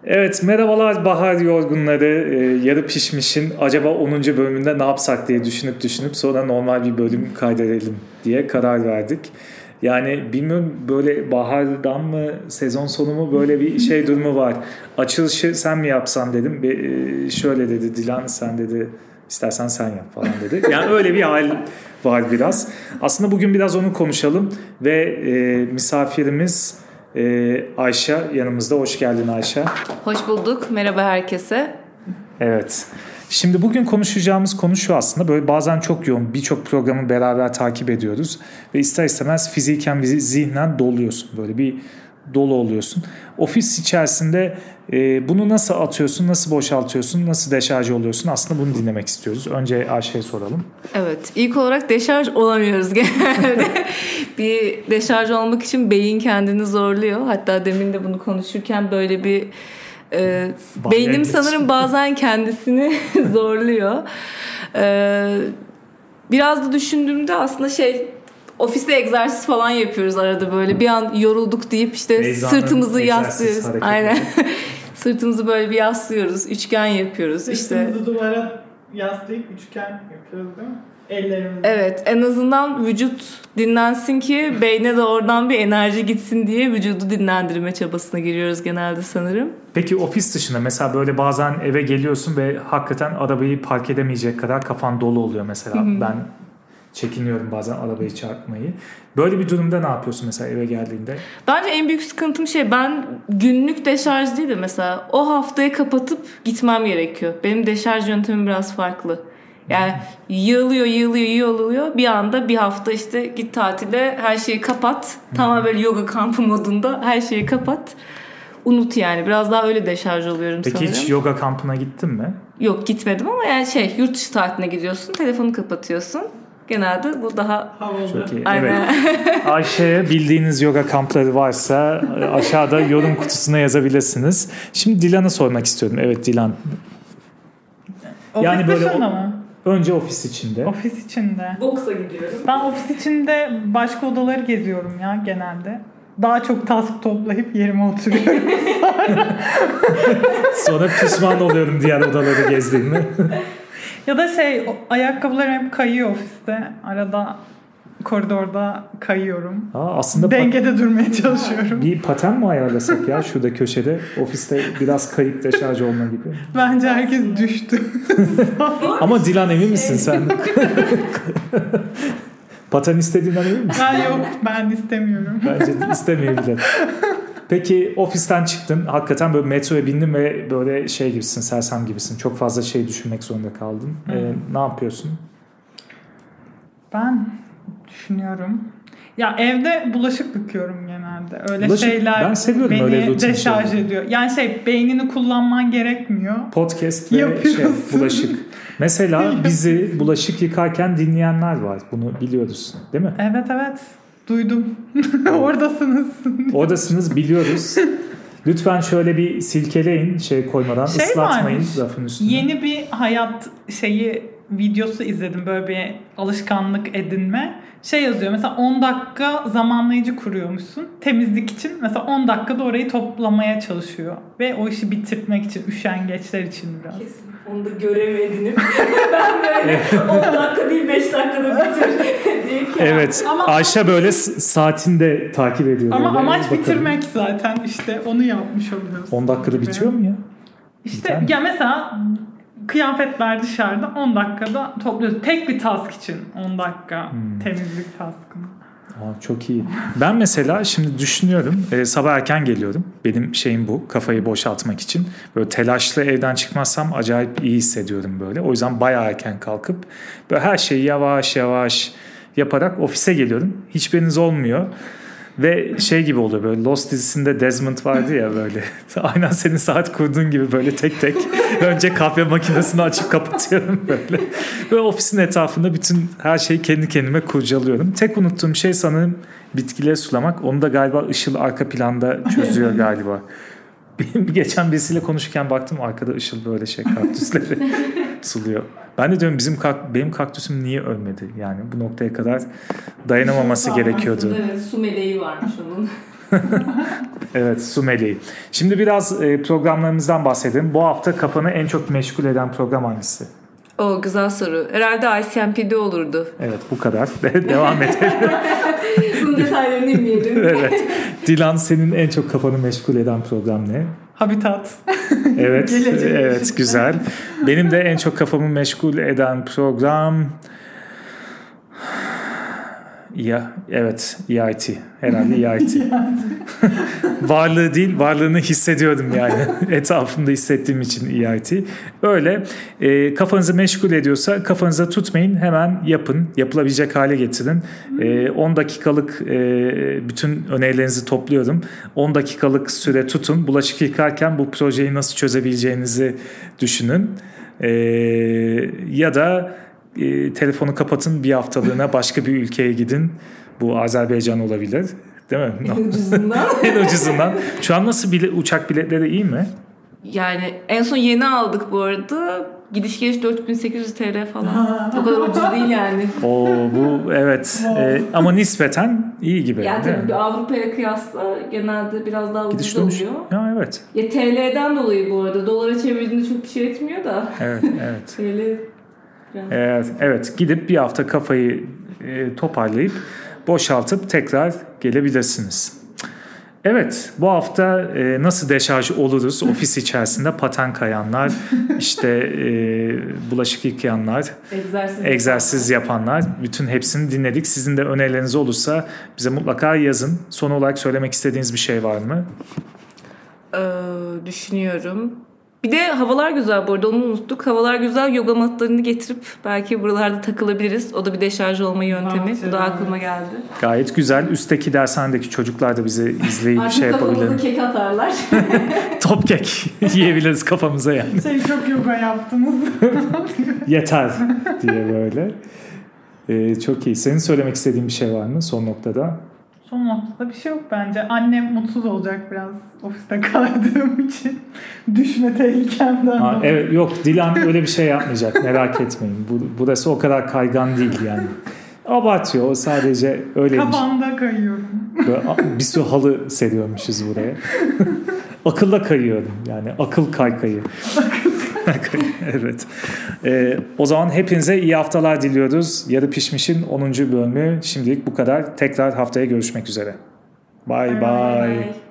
Evet, merhabalar bahar yorgunları. Yarı pişmişin acaba 10. bölümünde ne yapsak diye düşünüp sonra normal bir bölüm kaydedelim diye karar verdik. Yani bilmiyorum, böyle bahardan mı sezon sonu mu böyle bir şey durumu var. Açılışı sen mi yapsan dedim. Şöyle dedi Dilan, sen dedi istersen sen yap falan dedi. Yani öyle bir hal var biraz. Aslında bugün biraz onu konuşalım ve misafirimiz Ayşe yanımızda. Hoş geldin Ayşe. Hoş bulduk. Merhaba herkese. Evet. Şimdi bugün konuşacağımız konu şu aslında. Böyle bazen çok yoğun birçok programı beraber takip ediyoruz. Ve ister istemez fiziken zihnen doluyorsun. Böyle bir dolu oluyorsun. Ofis içerisinde bunu nasıl atıyorsun, nasıl boşaltıyorsun, nasıl deşarj oluyorsun? Aslında bunu dinlemek istiyoruz. Önce Ayşe'ye soralım. Evet. İlk olarak deşarj olamıyoruz genelde. Bir deşarj olmak için beyin kendini zorluyor. Hatta demin de bunu konuşurken böyle bir beynim sanırım bazen kendisini zorluyor. Biraz da düşündüğümde aslında ofiste egzersiz falan yapıyoruz arada böyle. Bir an yorulduk deyip işte Beyza'nın sırtımızı yaslıyoruz. Aynen. Hareketi. Sırtımızı böyle bir yaslıyoruz. Üçgen yapıyoruz. Sırtımızı duvara yaslayıp üçgen yapıyoruz değil mi? Ellerimizi. Evet, en azından vücut dinlensin ki beyne de oradan bir enerji gitsin diye vücudu dinlendirme çabasına giriyoruz genelde sanırım. Peki ofis dışında mesela böyle bazen eve geliyorsun ve hakikaten arabayı park edemeyecek kadar kafan dolu oluyor mesela. Hı-hı. Ben çekiniyorum bazen arabayı çarpmayı. Böyle bir durumda ne yapıyorsun mesela eve geldiğinde? Bence en büyük sıkıntım ben günlük deşarj değil de mesela o haftayı kapatıp gitmem gerekiyor. Benim deşarj yöntemim biraz farklı. Yani yığılıyor. Bir anda bir hafta işte git tatile, her şeyi kapat. Tamamen böyle yoga kampı modunda her şeyi kapat. Unut yani. Biraz daha öyle deşarj oluyorum Peki sanırım. Peki hiç yoga kampına gittin mi? Yok, gitmedim ama yani yurt dışı tatiline gidiyorsun. Telefonu kapatıyorsun. Genelde bu daha havalı. Çok iyi. Aynen. Evet. Ayşe'ye bildiğiniz yoga kampları varsa aşağıda yorum kutusuna yazabilirsiniz. Şimdi Dilan'a sormak istiyorum. Evet Dilan. Ofis yani böyle dışında mı? Önce ofis içinde. Ofis içinde. Boksa gidiyorum. Ben ofis içinde başka odaları geziyorum ya genelde. Daha çok task toplayıp yerime oturuyorum. Sonra pişman oluyorum diğer odaları gezdiğimde. Ya da ayakkabılarım hep kayıyor ofiste. Arada koridorda kayıyorum. Aslında dengede durmaya çalışıyorum. Bir paten mi ayarlasak ya şurada köşede ofiste biraz kayıp deşarj olma gibi. Bence herkes düştü. Ama Dilan emin misin sen? Paten istediğinden emin misin? Ben istemiyorum. Bence istemeyebilir. Peki ofisten çıktın. Hakikaten böyle metroya bindin ve böyle gibisin, sersem gibisin. Çok fazla düşünmek zorunda kaldın. Ne yapıyorsun? Ben düşünüyorum. Ya evde bulaşık yıkıyorum genelde. Öyle şeyler ben seviyorum beni deşarj ediyor. Yani beynini kullanman gerekmiyor. Podcast ve bulaşık. Mesela bizi bulaşık yıkarken dinleyenler var. Bunu biliyoruz, değil mi? Evet. Duydum. Oradasınız. Oradasınız, biliyoruz. Lütfen şöyle bir silkeleyin koymadan, ıslatmayın rafın üstüne. Yeni bir hayat videosu izledim, böyle bir alışkanlık edinme. Yazıyor mesela 10 dakika zamanlayıcı kuruyormuşsun temizlik için. Mesela 10 dakikada orayı toplamaya çalışıyor. Ve o işi bitirmek için, üşengeçler için biraz. Kesin. Onu da görev edinip ben böyle 10 dakika değil 5 dakikada bitir. Evet. Ama Ayşe böyle saatini de takip ediyor. Ama amaç bitirmek zaten, işte onu yapmış oluyorsun. 10 dakikada bitiyor mu ya? İşte ya mesela kıyafetler dışarıda 10 dakikada topluyoruz. Tek bir task için 10 dakika temizlik taskını. Çok iyi. Ben mesela şimdi düşünüyorum, sabah erken geliyorum. Benim bu, kafayı boşaltmak için. Böyle telaşlı evden çıkmazsam acayip iyi hissediyorum böyle. O yüzden bayağı erken kalkıp böyle her şeyi yavaş yavaş yaparak ofise geliyorum. Hiçbiriniz olmuyor. Ve gibi oluyor, böyle Lost dizisinde Desmond vardı ya böyle. Aynen senin saat kurduğun gibi böyle tek tek önce kahve makinesini açıp kapatıyorum böyle. Ve ofisin etrafında bütün her şeyi kendi kendime kurcalıyorum. Tek unuttuğum sanırım bitkileri sulamak. Onu da galiba Işıl arka planda çözüyor galiba. Geçen birisiyle konuşurken baktım arkada Işıl böyle kaktüsleri suluyor. Ben de diyorum benim kaktüsüm niye ölmedi? Yani bu noktaya kadar dayanamaması gerekiyordu. Evet, su meleği varmış onun. Evet, su meleği. Şimdi biraz programlarımızdan bahsedelim. Bu hafta kafanı en çok meşgul eden program hangisi? O güzel soru. Herhalde ICMP'de olurdu. Evet, bu kadar. Devam edelim. Bunun detaylarını bilmeyelim. Evet. Dilan, senin en çok kafanı meşgul eden program ne? Habitat. Evet, Gelecek evet, için. güzel. Benim de en çok kafamı meşgul eden program evet, EIT. Herhalde EIT. Varlığı değil, varlığını hissediyorum yani. Etrafımda hissettiğim için EIT. Öyle. Kafanızı meşgul ediyorsa kafanıza tutmayın. Hemen yapın. Yapılabilecek hale getirin. 10 dakikalık bütün önerilerinizi topluyorum. 10 dakikalık süre tutun. Bulaşık yıkarken bu projeyi nasıl çözebileceğinizi düşünün. Ya da telefonu kapatın, bir haftalığına başka bir ülkeye gidin. Bu Azerbaycan olabilir. Değil mi? En ucuzundan. En ucuzundan. Şu an nasıl uçak biletleri iyi mi? Yani en son yeni aldık bu arada. Gidiş geliş 4800 TL falan. O kadar ucuz değil yani. Bu evet. Ama nispeten iyi gibi. Yani tabii Avrupa'ya kıyasla genelde biraz daha ucuz Gidiş dönüş. oluyor. Ya evet. Ya TL'den dolayı bu arada. Dolara çevirdiğinde çok bir şey etmiyor da. Evet, evet. TL Evet, gidip bir hafta kafayı toparlayıp boşaltıp tekrar gelebilirsiniz. Evet, bu hafta nasıl deşarj oluruz ofis içerisinde, paten kayanlar, işte bulaşık yıkayanlar, egzersiz yapanlar, bütün hepsini dinledik. Sizin de önerileriniz olursa bize mutlaka yazın. Son olarak söylemek istediğiniz bir şey var mı? Düşünüyorum. Bir de havalar güzel bu arada, onu unuttuk. Havalar güzel, yoga matlarını getirip belki buralarda takılabiliriz. O da bir deşarj olma yöntemi. Bu da aklıma geldi. Gayet güzel. Üstteki dershanedeki çocuklar da bize izleyip artık şey yapabilir. kafamıza kek atarlar. Top kek yiyebiliriz kafamıza yani. Çok yoga yaptınız. Yeter diye böyle. Çok iyi. Senin söylemek istediğin bir şey var mı son noktada? Son noktada bir şey yok bence. Annem mutsuz olacak biraz ofiste kaldığım için. Düşme tehlikemden. Evet, yok, Dilan öyle bir şey yapmayacak. Merak etmeyin. Burası o kadar kaygan değil yani. Abartıyor. O sadece öyleymiş. Kafamda kayıyorum. Bir sürü halı seriyormuşuz buraya. Akılla kayıyorum. Yani akıl kaykayı. Evet. O zaman hepinize iyi haftalar diliyoruz. Yarı Pişmiş'in 10. bölümü şimdilik bu kadar. Tekrar haftaya görüşmek üzere. Bye bye.